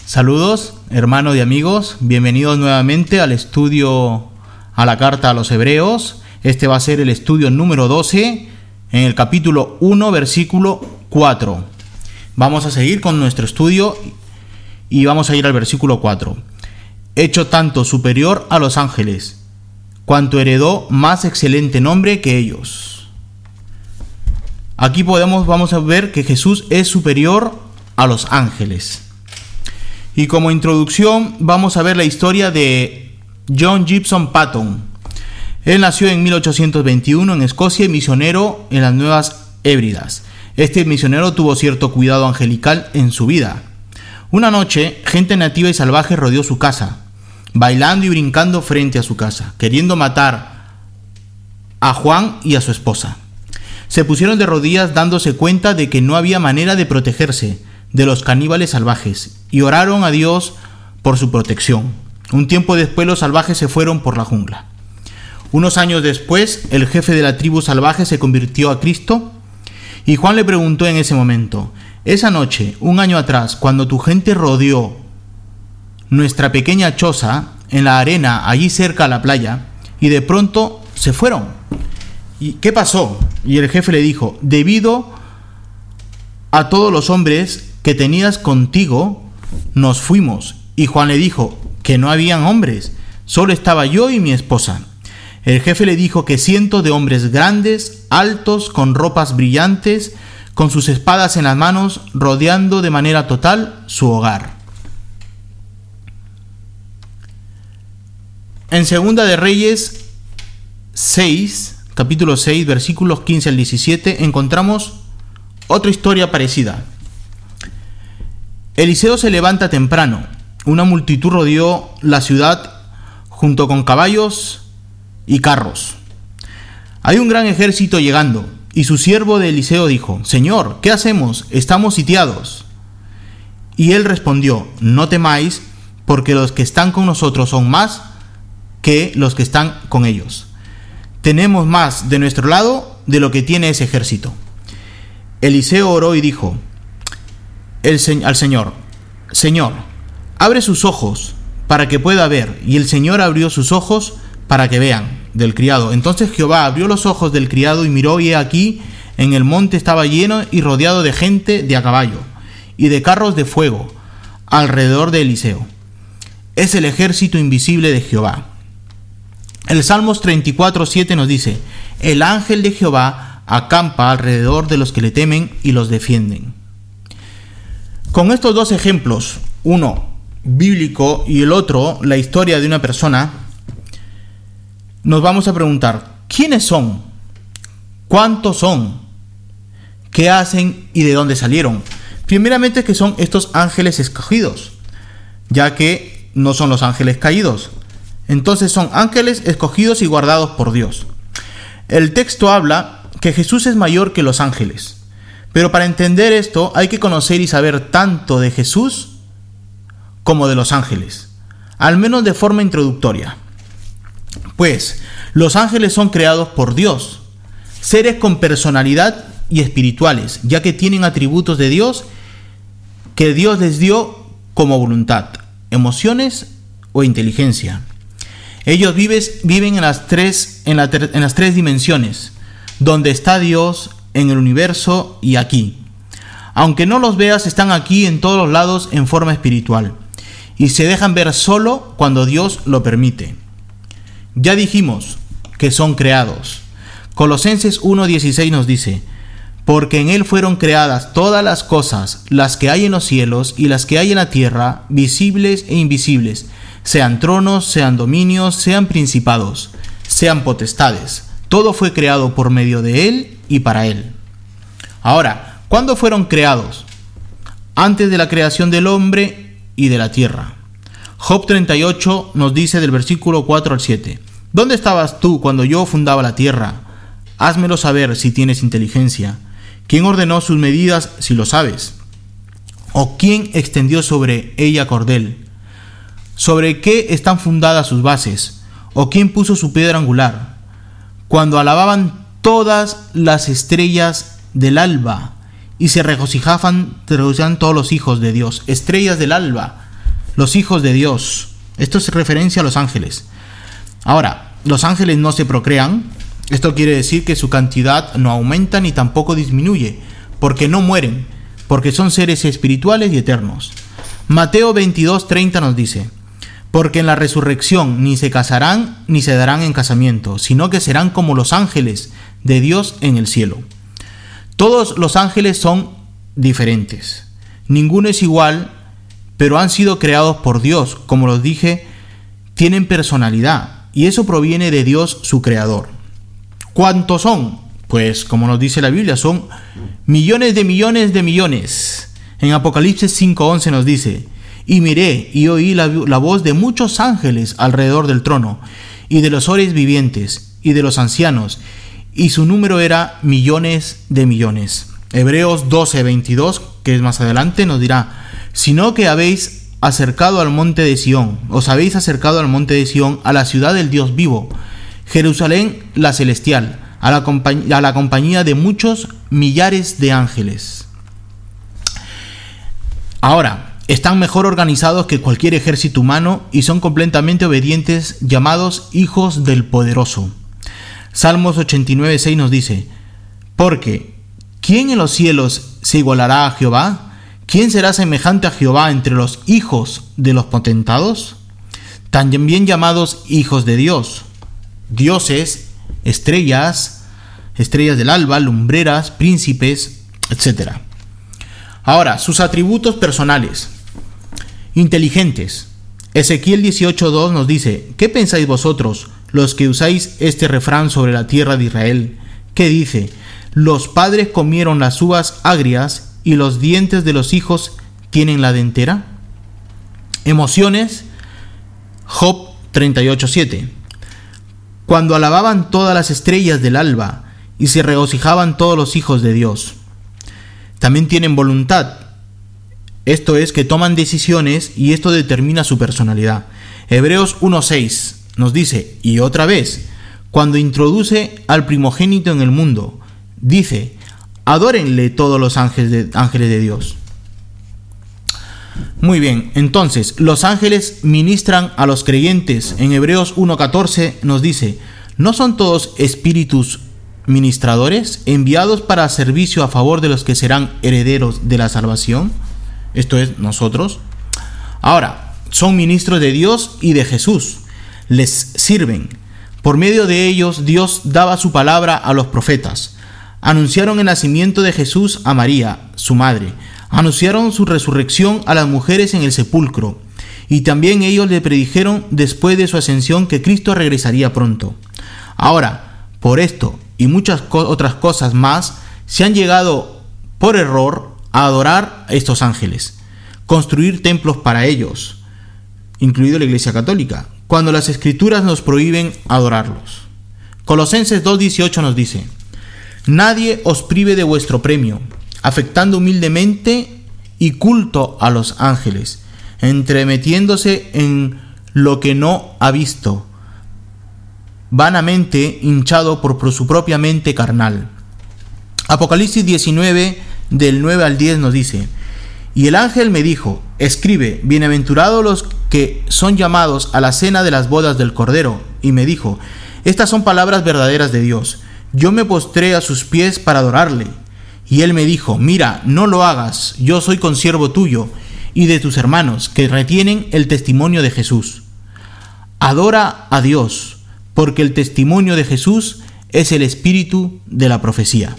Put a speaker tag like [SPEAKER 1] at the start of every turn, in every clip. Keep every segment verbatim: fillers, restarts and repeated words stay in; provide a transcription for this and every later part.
[SPEAKER 1] Saludos, hermanos y amigos, bienvenidos nuevamente al estudio a la carta a los Hebreos. Este va a ser el estudio número doce, en el capítulo uno, versículo cuatro. Vamos a seguir con nuestro estudio y vamos a ir al versículo cuatro. Hecho tanto superior a los ángeles, cuanto heredó más excelente nombre que ellos. Aquí podemos, vamos a ver que Jesús es superior a los ángeles. Y como introducción vamos a ver la historia de John Gibson Paton. Él nació en mil ochocientos veintiuno en Escocia y misionero en las Nuevas Hébridas. Este misionero tuvo cierto cuidado angelical en su vida. Una noche, gente nativa y salvaje rodeó su casa, bailando y brincando frente a su casa, queriendo matar a Juan y a su esposa. Se pusieron de rodillas dándose cuenta de que no había manera de protegerse de los caníbales salvajes y oraron a Dios por su protección. Un tiempo después los salvajes se fueron por la jungla. Unos años después, el jefe de la tribu salvaje se convirtió a Cristo y Juan le preguntó en ese momento: esa noche, un año atrás, cuando tu gente rodeó nuestra pequeña choza en la arena allí cerca a la playa y de pronto se fueron, ¿y qué pasó? Y el jefe le dijo: debido a todos los hombres que tenías contigo, nos fuimos. Y Juan le dijo que no habían hombres, solo estaba yo y mi esposa. El jefe le dijo que cientos de hombres grandes, altos, con ropas brillantes, con sus espadas en las manos, rodeando de manera total su hogar. En Segunda de Reyes seis, capítulo seis, versículos quince al diecisiete, encontramos otra historia parecida. Eliseo se levanta temprano. Una multitud rodeó la ciudad junto con caballos y carros. Hay un gran ejército llegando, y su siervo de Eliseo dijo: Señor, ¿qué hacemos? Estamos sitiados. Y él respondió: no temáis, porque los que están con nosotros son más que los que están con ellos. Tenemos más de nuestro lado de lo que tiene ese ejército. Eliseo oró y dijo el se- al Señor: Señor, abre sus ojos para que pueda ver. Y el Señor abrió sus ojos para que vean. Del criado. Entonces Jehová abrió los ojos del criado y miró, y he aquí, en el monte estaba lleno y rodeado de gente de a caballo y de carros de fuego alrededor de Eliseo. Es el ejército invisible de Jehová. El Salmos treinta y cuatro, siete nos dice: el ángel de Jehová acampa alrededor de los que le temen y los defienden. Con estos dos ejemplos, uno bíblico y el otro la historia de una persona, nos vamos a preguntar: ¿quiénes son? ¿Cuántos son? ¿Qué hacen y de dónde salieron? Primeramente, que son estos ángeles escogidos, ya que no son los ángeles caídos. Entonces son ángeles escogidos y guardados por Dios. El texto habla que Jesús es mayor que los ángeles, pero para entender esto hay que conocer y saber tanto de Jesús como de los ángeles, al menos de forma introductoria. Pues los ángeles son creados por Dios, seres con personalidad y espirituales, ya que tienen atributos de Dios que Dios les dio como voluntad, emociones o inteligencia. Ellos vives, viven en las, tres, en, la ter, en las tres dimensiones, donde está Dios, en el universo y aquí. Aunque no los veas, están aquí en todos los lados en forma espiritual, y se dejan ver solo cuando Dios lo permite. Ya dijimos que son creados. Colosenses uno dieciséis nos dice: porque en él fueron creadas todas las cosas, las que hay en los cielos y las que hay en la tierra, visibles e invisibles, sean tronos, sean dominios, sean principados, sean potestades. Todo fue creado por medio de él y para él. Ahora, ¿cuándo fueron creados? Antes de la creación del hombre y de la tierra. Job treinta y ocho nos dice del versículo cuatro al siete: ¿dónde estabas tú cuando yo fundaba la tierra? Házmelo saber si tienes inteligencia. ¿Quién ordenó sus medidas si lo sabes? ¿O quién extendió sobre ella cordel? ¿Sobre qué están fundadas sus bases? ¿O quién puso su piedra angular? Cuando alababan todas las estrellas del alba y se regocijaban, regocijaban todos los hijos de Dios, estrellas del alba, los hijos de Dios. Esto es referencia a los ángeles. Ahora, los ángeles no se procrean. Esto quiere decir que su cantidad no aumenta ni tampoco disminuye, porque no mueren, porque son seres espirituales y eternos. Mateo veintidós treinta nos dice: porque en la resurrección ni se casarán ni se darán en casamiento, sino que serán como los ángeles de Dios en el cielo. Todos los ángeles son diferentes. Ninguno es igual, pero han sido creados por Dios. Como los dije, tienen personalidad, y eso proviene de Dios, su creador. ¿Cuántos son? Pues, como nos dice la Biblia, son millones de millones de millones. En Apocalipsis cinco once nos dice: y miré y oí la, la voz de muchos ángeles alrededor del trono, y de los seres vivientes, y de los ancianos, y su número era millones de millones. Hebreos doce veintidós, que es más adelante, nos dirá: sino que habéis acercado al monte de Sión, os habéis acercado al monte de Sión, a la ciudad del Dios vivo, Jerusalén la celestial, a la, compañ- a la compañía de muchos millares de ángeles. Ahora, están mejor organizados que cualquier ejército humano y son completamente obedientes, llamados hijos del poderoso. Salmos ochenta y nueve seis nos dice: porque ¿quién en los cielos se igualará a Jehová? ¿Quién será semejante a Jehová entre los hijos de los potentados? También llamados hijos de Dios, dioses, estrellas, estrellas del alba, lumbreras, príncipes, etcétera. Ahora, sus atributos personales. Inteligentes. Ezequiel dieciocho dos nos dice: ¿qué pensáis vosotros, los que usáis este refrán sobre la tierra de Israel? ¿Qué dice? Los padres comieron las uvas agrias y los dientes de los hijos tienen la dentera. Emociones. Job treinta y ocho siete. Cuando alababan todas las estrellas del alba y se regocijaban todos los hijos de Dios. También tienen voluntad. Esto es, que toman decisiones y esto determina su personalidad. Hebreos uno seis nos dice: y otra vez, cuando introduce al primogénito en el mundo, dice: adórenle todos los ángeles de, ángeles de Dios. Muy bien, entonces, los ángeles ministran a los creyentes. En Hebreos uno catorce nos dice: ¿no son todos espíritus ministradores enviados para servicio a favor de los que serán herederos de la salvación? Esto es, nosotros. Ahora, son ministros de Dios y de Jesús. Les sirven. Por medio de ellos, Dios daba su palabra a los profetas. Anunciaron el nacimiento de Jesús a María, su madre. Anunciaron su resurrección a las mujeres en el sepulcro. Y también ellos le predijeron después de su ascensión que Cristo regresaría pronto. Ahora, por esto y muchas co- otras cosas más, se han llegado por error a adorar a estos ángeles, construir templos para ellos, incluido la Iglesia Católica, cuando las Escrituras nos prohíben adorarlos. Colosenses dos dieciocho nos dice: nadie os prive de vuestro premio, afectando humildemente y culto a los ángeles, entremetiéndose en lo que no ha visto, vanamente hinchado por, por su propia mente carnal. Apocalipsis diecinueve, del nueve al diez nos dice: y el ángel me dijo: escribe, bienaventurados los que son llamados a la cena de las bodas del Cordero. Y me dijo: estas son palabras verdaderas de Dios. Yo me postré a sus pies para adorarle. Y él me dijo: mira, no lo hagas, yo soy consiervo tuyo y de tus hermanos, que retienen el testimonio de Jesús. Adora a Dios, porque el testimonio de Jesús es el espíritu de la profecía.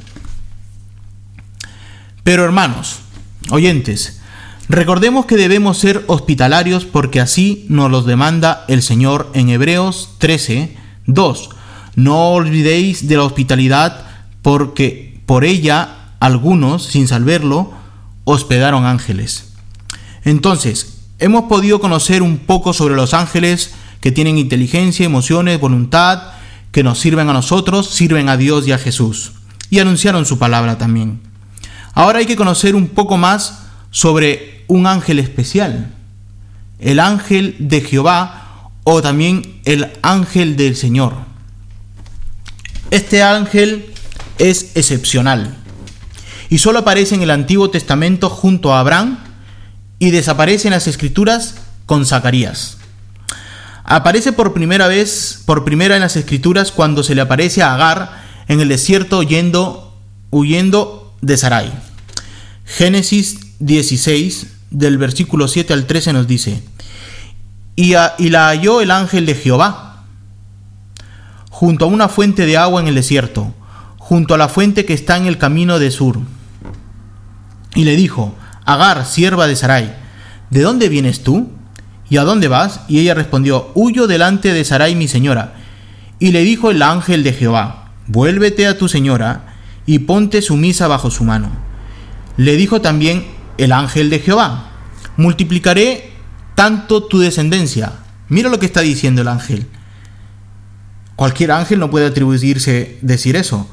[SPEAKER 1] Pero hermanos, oyentes, recordemos que debemos ser hospitalarios, porque así nos los demanda el Señor en Hebreos trece dos. No olvidéis de la hospitalidad, porque por ella algunos, sin saberlo, hospedaron ángeles. Entonces, hemos podido conocer un poco sobre los ángeles, que tienen inteligencia, emociones, voluntad, que nos sirven a nosotros, sirven a Dios y a Jesús, y anunciaron su palabra también. Ahora hay que conocer un poco más sobre un ángel especial, el ángel de Jehová, o también el ángel del Señor. Este ángel es excepcional y solo aparece en el Antiguo Testamento junto a Abraham, y desaparece en las Escrituras con Zacarías. Aparece por primera vez, por primera en las Escrituras, cuando se le aparece a Agar en el desierto huyendo, huyendo de Sarai. Génesis dieciséis, del versículo siete al trece nos dice: y, a, y la halló el ángel de Jehová junto a una fuente de agua en el desierto, junto a la fuente que está en el camino de Sur. Y le dijo: Agar, sierva de Sarai, ¿de dónde vienes tú? ¿Y a dónde vas? Y ella respondió: huyo delante de Sarai mi señora. Y le dijo el ángel de Jehová: vuélvete a tu señora y ponte sumisa bajo su mano. Le dijo también el ángel de Jehová: multiplicaré tanto tu descendencia. Mira lo que está diciendo el ángel. Cualquier ángel no puede atribuirse decir eso.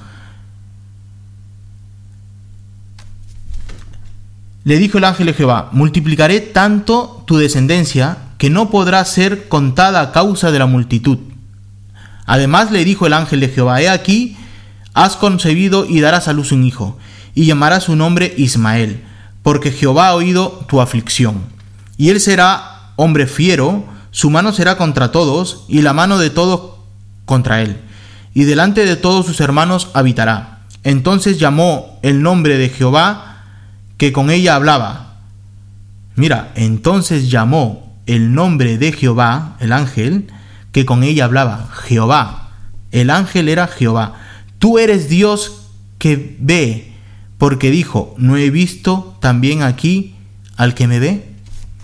[SPEAKER 1] Le dijo el ángel de Jehová: multiplicaré tanto tu descendencia que no podrá ser contada a causa de la multitud. Además le dijo el ángel de Jehová: he aquí, has concebido y darás a luz un hijo, y llamarás su nombre Ismael, porque Jehová ha oído tu aflicción. Y él será hombre fiero, su mano será contra todos, y la mano de todos contra él, y delante de todos sus hermanos habitará. Entonces llamó el nombre de Jehová que con ella hablaba. Mira, entonces llamó el nombre de Jehová, el ángel, que con ella hablaba, Jehová. El ángel era Jehová. Tú eres Dios que ve, porque dijo: ¿no he visto también aquí al que me ve?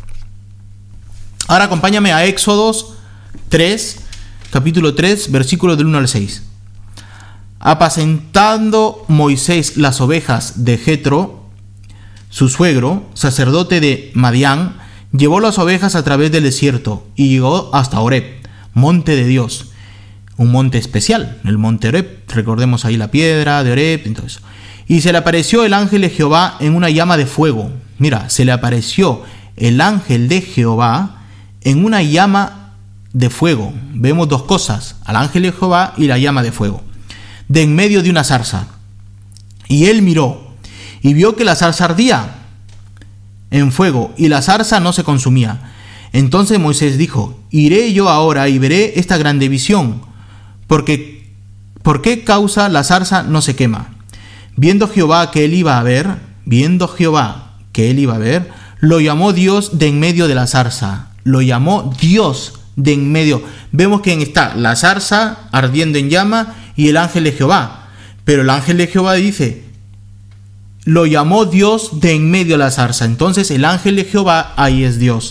[SPEAKER 1] Ahora acompáñame a Éxodos tres, capítulo tres, versículos del uno al seis. Apacentando Moisés las ovejas de Jetro, su suegro, sacerdote de Madián, llevó las ovejas a través del desierto y llegó hasta Horeb, monte de Dios, un monte especial, el monte Horeb. Recordemos ahí la piedra de Horeb y todo eso. Y se le apareció el ángel de Jehová en una llama de fuego. Mira, se le apareció el ángel de Jehová en una llama de fuego. Vemos dos cosas: al ángel de Jehová y la llama de fuego, de en medio de una zarza. Y él miró y vio que la zarza ardía en fuego, y la zarza no se consumía. Entonces Moisés dijo: iré yo ahora y veré esta grande visión, porque ¿por qué causa la zarza no se quema? Viendo Jehová que él iba a ver, viendo Jehová que él iba a ver, lo llamó Dios de en medio de la zarza. Lo llamó Dios de en medio. Vemos que está la zarza ardiendo en llama y el ángel de Jehová. Pero el ángel de Jehová dice: lo llamó Dios de en medio de la zarza. Entonces el ángel de Jehová ahí es Dios.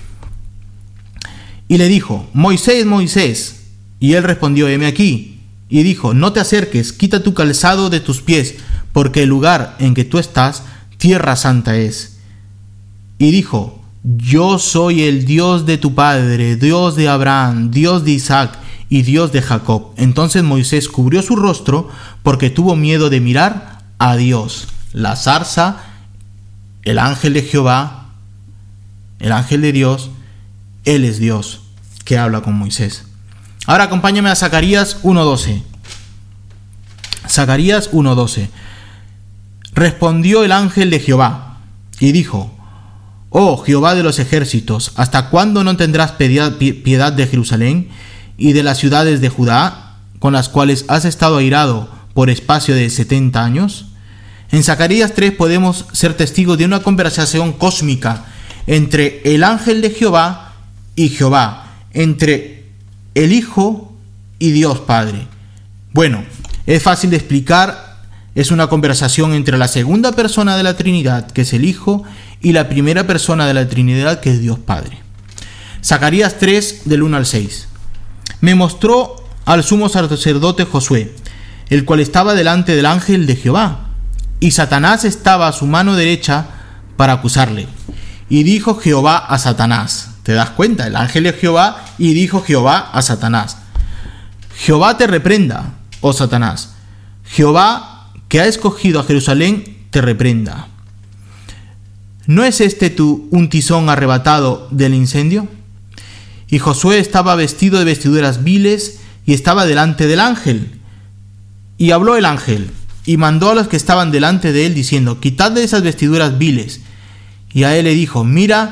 [SPEAKER 1] Y le dijo: Moisés, Moisés. Y él respondió: heme aquí. Y dijo: no te acerques, quita tu calzado de tus pies, porque el lugar en que tú estás, tierra santa es. Y dijo: yo soy el Dios de tu padre, Dios de Abraham, Dios de Isaac y Dios de Jacob. Entonces Moisés cubrió su rostro porque tuvo miedo de mirar a Dios. La zarza, el ángel de Jehová, el ángel de Dios, él es Dios que habla con Moisés. Ahora acompáñame a Zacarías uno doce. Zacarías uno doce. Respondió el ángel de Jehová y dijo: oh Jehová de los ejércitos, ¿hasta cuándo no tendrás piedad de Jerusalén y de las ciudades de Judá, con las cuales has estado airado por espacio de setenta años? En Zacarías tres podemos ser testigos de una conversación cósmica entre el ángel de Jehová y Jehová, entre el Hijo y Dios Padre. Bueno, es fácil de explicar. Es una conversación entre la segunda persona de la Trinidad, que es el Hijo, y la primera persona de la Trinidad, que es Dios Padre. Zacarías tres, del uno al seis. Me mostró al sumo sacerdote Josué, el cual estaba delante del ángel de Jehová, y Satanás estaba a su mano derecha para acusarle. Y dijo Jehová a Satanás. ¿Te das cuenta? El ángel de Jehová, y dijo Jehová a Satanás: Jehová te reprenda, oh Satanás. Jehová, que ha escogido a Jerusalén, te reprenda. ¿No es este tu un tizón arrebatado del incendio? Y Josué estaba vestido de vestiduras viles y estaba delante del ángel. Y habló el ángel y mandó a los que estaban delante de él diciendo: quitad de esas vestiduras viles. Y a él le dijo: mira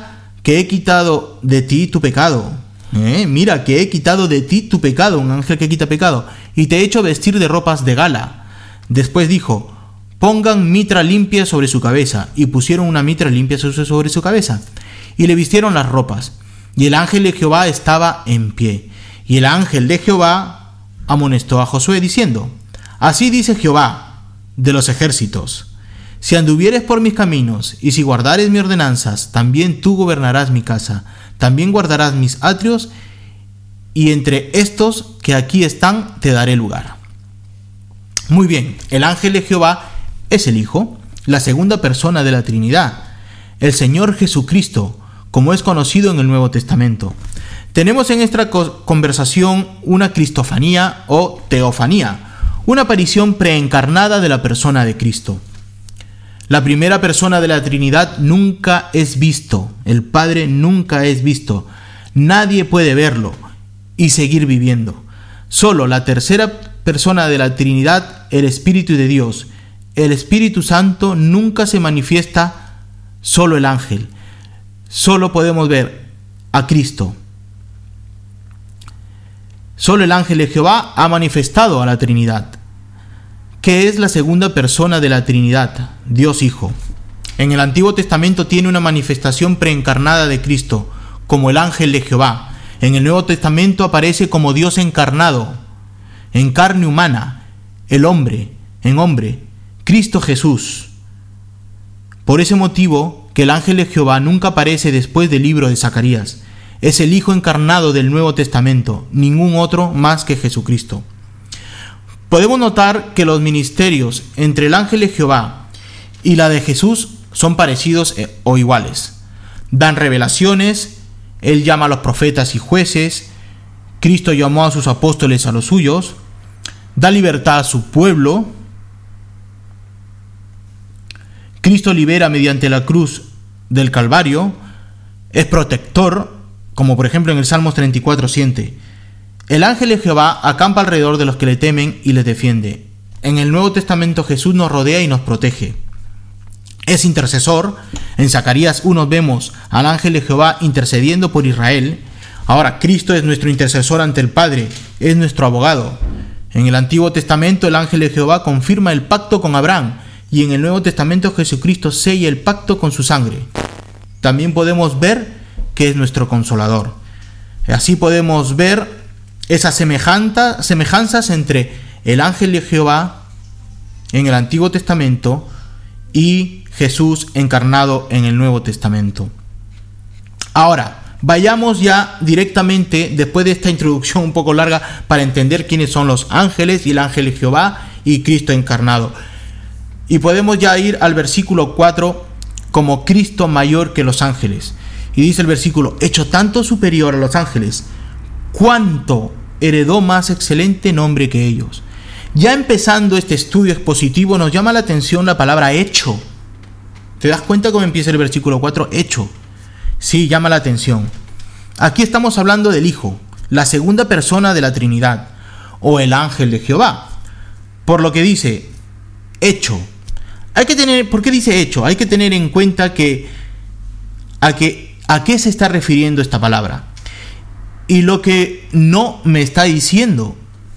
[SPEAKER 1] que he quitado de ti tu pecado. ¿Eh? Mira, que he quitado de ti tu pecado, un ángel que quita pecado, y te he hecho vestir de ropas de gala. Después dijo, pongan mitra limpia sobre su cabeza, y pusieron una mitra limpia sobre su cabeza, y le vistieron las ropas. Y el ángel de Jehová estaba en pie. Y el ángel de Jehová amonestó a Josué diciendo, así dice Jehová de los ejércitos, si anduvieres por mis caminos, y si guardares mis ordenanzas, también tú gobernarás mi casa, también guardarás mis atrios, y entre estos que aquí están te daré lugar. Muy bien, el ángel de Jehová es el Hijo, la segunda persona de la Trinidad, el Señor Jesucristo, como es conocido en el Nuevo Testamento. Tenemos en esta conversación una cristofanía o teofanía, una aparición preencarnada de la persona de Cristo. La primera persona de la Trinidad nunca es visto, el Padre nunca es visto, nadie puede verlo y seguir viviendo. Solo la tercera persona de la Trinidad, el Espíritu de Dios, el Espíritu Santo, nunca se manifiesta, solo el ángel. Solo podemos ver a Cristo. Solo el ángel de Jehová ha manifestado a la Trinidad, que es la segunda persona de la Trinidad, Dios Hijo. En el Antiguo Testamento tiene una manifestación preencarnada de Cristo, como el ángel de Jehová. En el Nuevo Testamento aparece como Dios encarnado, en carne humana, el hombre, en hombre, Cristo Jesús. Por ese motivo que el ángel de Jehová nunca aparece después del libro de Zacarías. Es el Hijo encarnado del Nuevo Testamento, ningún otro más que Jesucristo. Podemos notar que los ministerios entre el ángel de Jehová y la de Jesús son parecidos o iguales. Dan revelaciones, él llama a los profetas y jueces, Cristo llamó a sus apóstoles a los suyos, da libertad a su pueblo, Cristo libera mediante la cruz del Calvario, es protector, como por ejemplo en el Salmos treinta y cuatro siete. El ángel de Jehová acampa alrededor de los que le temen y les defiende. En el Nuevo Testamento Jesús nos rodea y nos protege. Es intercesor. En Zacarías uno vemos al ángel de Jehová intercediendo por Israel. Ahora Cristo es nuestro intercesor ante el Padre, es nuestro abogado. En el Antiguo Testamento el ángel de Jehová confirma el pacto con Abraham, y en el Nuevo Testamento Jesucristo sella el pacto con su sangre. También podemos ver que es nuestro consolador. Así podemos ver esas semejanzas entre el ángel de Jehová en el Antiguo Testamento y Jesús encarnado en el Nuevo Testamento. Ahora, vayamos ya directamente, después de esta introducción un poco larga, para entender quiénes son los ángeles y el ángel de Jehová y Cristo encarnado. Y podemos ya ir al versículo cuatro, como Cristo mayor que los ángeles. Y dice el versículo, hecho tanto superior a los ángeles, cuánto heredó más excelente nombre que ellos. Ya empezando este estudio expositivo nos llama la atención la palabra hecho. ¿Te das cuenta cómo empieza el versículo cuatro? Hecho. Sí, llama la atención. Aquí estamos hablando del Hijo, la segunda persona de la Trinidad, o el ángel de Jehová. Por lo que dice, hecho. Hay que tener, ¿por qué dice hecho? Hay que tener en cuenta que a, que, a qué se está refiriendo esta palabra. Y lo que no me está diciendo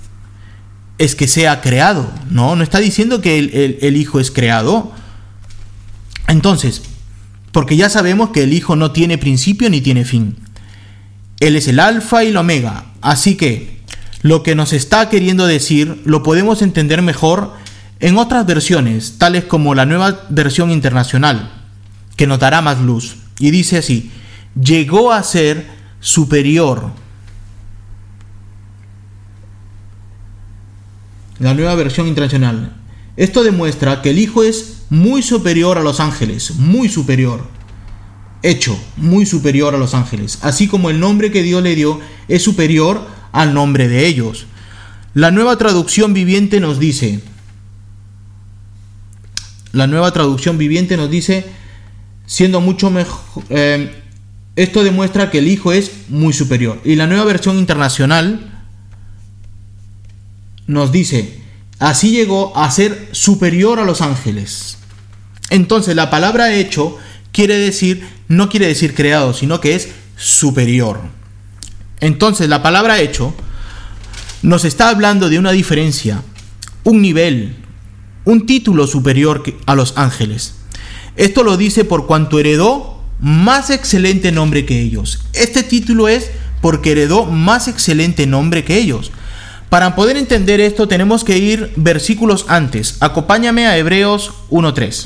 [SPEAKER 1] es que sea creado. No, no está diciendo que el, el, el Hijo es creado. Entonces, porque ya sabemos que el Hijo no tiene principio ni tiene fin. Él es el alfa y el omega. Así que lo que nos está queriendo decir lo podemos entender mejor en otras versiones, tales como la Nueva Versión Internacional, que nos dará más luz. Y dice así, llegó a ser superior. La Nueva Versión Internacional. Esto demuestra que el Hijo es muy superior a los ángeles, muy superior. Hecho, muy superior a los ángeles. Así como el nombre que Dios le dio es superior al nombre de ellos. La Nueva Traducción Viviente nos dice, la Nueva Traducción Viviente nos dice, siendo mucho mejor, eh, esto demuestra que el Hijo es muy superior. Y la Nueva Versión Internacional nos dice, así llegó a ser superior a los ángeles. Entonces la palabra hecho quiere decir, no quiere decir creado, sino que es superior. Entonces, la palabra hecho nos está hablando de una diferencia, un nivel, un título superior a los ángeles. Esto lo dice por cuanto heredó más excelente nombre que ellos. Este título es porque heredó más excelente nombre que ellos. Para poder entender esto tenemos que ir versículos antes. Acompáñame a Hebreos uno tres.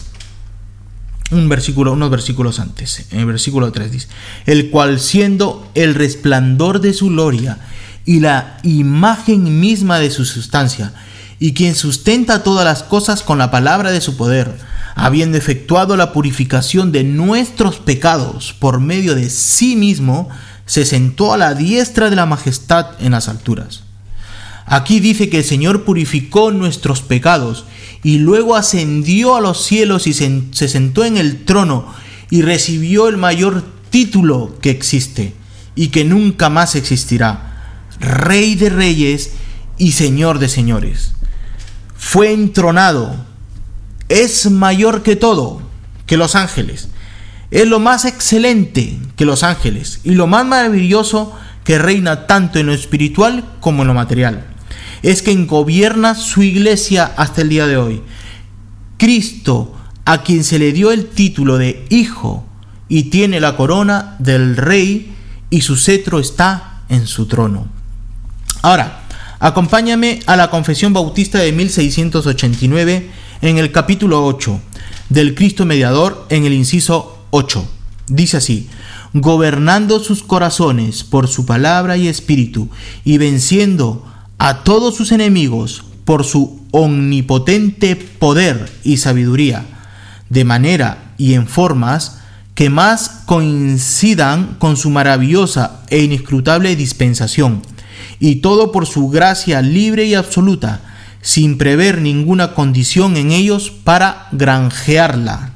[SPEAKER 1] Un versículo, unos versículos antes. En el versículo tres dice: el cual, siendo el resplandor de su gloria y la imagen misma de su sustancia, y quien sustenta todas las cosas con la palabra de su poder, habiendo efectuado la purificación de nuestros pecados por medio de sí mismo, se sentó a la diestra de la majestad en las alturas. Aquí dice que el Señor purificó nuestros pecados y luego ascendió a los cielos y se, se sentó en el trono y recibió el mayor título que existe y que nunca más existirá: Rey de reyes y Señor de señores. Fue entronado, es mayor que todo, que los ángeles. Es lo más excelente que los ángeles y lo más maravilloso que reina tanto en lo espiritual como en lo material. Es quien gobierna su iglesia hasta el día de hoy. Cristo, a quien se le dio el título de Hijo y tiene la corona del Rey, y su cetro está en su trono. Ahora, acompáñame a la Confesión Bautista de mil seiscientos ochenta y nueve en el capítulo ocho del Cristo Mediador, en el inciso ocho. Dice así: gobernando sus corazones por su palabra y espíritu, y venciendo a todos sus enemigos por su omnipotente poder y sabiduría, de manera y en formas que más coincidan con su maravillosa e inescrutable dispensación, y todo por su gracia libre y absoluta, sin prever ninguna condición en ellos para granjearla.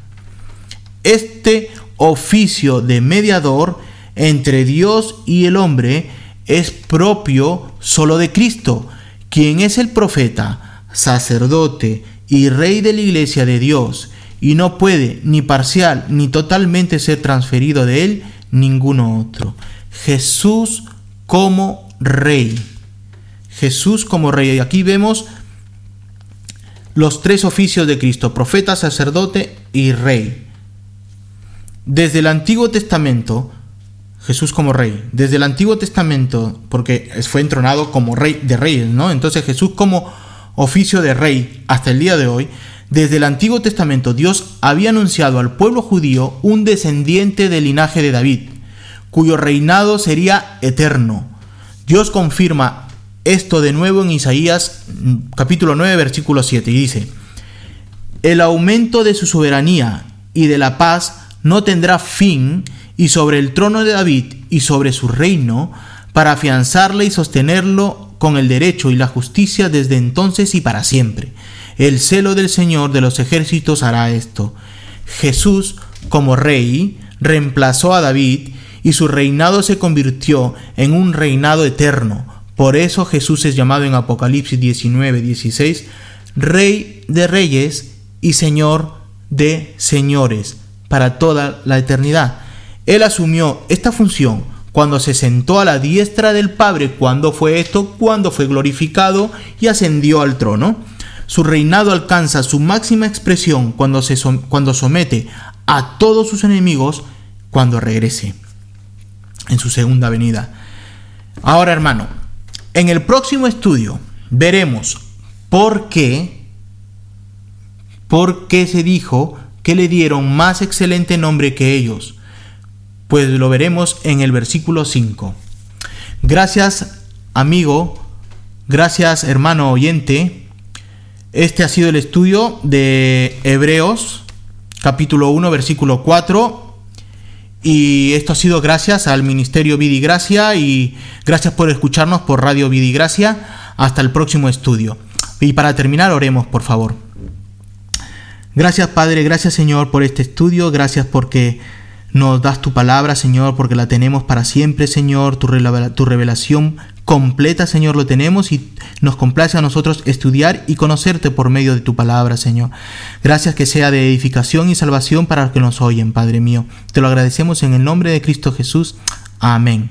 [SPEAKER 1] Este oficio de mediador entre Dios y el hombre es propio solo de Cristo, quien es el profeta, sacerdote y rey de la iglesia de Dios, y no puede ni parcial ni totalmente ser transferido de él ninguno otro. Jesús como Rey. Jesús como Rey. Y aquí vemos los tres oficios de Cristo: profeta, sacerdote y Rey. Desde el Antiguo Testamento, Jesús como Rey. Desde el Antiguo Testamento, porque fue entronado como Rey de Reyes, ¿no? Entonces Jesús como oficio de Rey hasta el día de hoy. Desde el Antiguo Testamento, Dios había anunciado al pueblo judío un descendiente del linaje de David, cuyo reinado sería eterno. Dios confirma esto de nuevo en Isaías capítulo nueve, versículo siete, y dice: el aumento de su soberanía y de la paz no tendrá fin, y sobre el trono de David y sobre su reino, para afianzarle y sostenerlo con el derecho y la justicia desde entonces y para siempre. El celo del Señor de los ejércitos hará esto. Jesús, como Rey, reemplazó a David, y su reinado se convirtió en un reinado eterno. Por eso Jesús es llamado en Apocalipsis diecinueve, dieciséis, Rey de reyes y Señor de señores, para toda la eternidad. Él asumió esta función cuando se sentó a la diestra del Padre. ¿Cuándo fue esto? Cuando fue glorificado y ascendió al trono. Su reinado alcanza su máxima expresión cuando, se som- cuando somete a todos sus enemigos, cuando regrese en su segunda venida. Ahora, hermano, en el próximo estudio veremos por qué, por qué se dijo que le dieron más excelente nombre que ellos. Pues lo veremos en el versículo cinco. Gracias, amigo. Gracias, hermano oyente. Este ha sido el estudio de Hebreos, capítulo uno, versículo cuatro. Y esto ha sido gracias al Ministerio Vida y Gracia, y gracias por escucharnos por Radio Vida y Gracia. Hasta el próximo estudio. Y para terminar, oremos, por favor. Gracias, Padre, gracias, Señor, por este estudio. Gracias porque nos das tu palabra, Señor, porque la tenemos para siempre, Señor. Tu revelación completa, Señor, lo tenemos y nos complace a nosotros estudiar y conocerte por medio de tu palabra, Señor. Gracias que sea de edificación y salvación para los que nos oyen, Padre mío. Te lo agradecemos en el nombre de Cristo Jesús. Amén.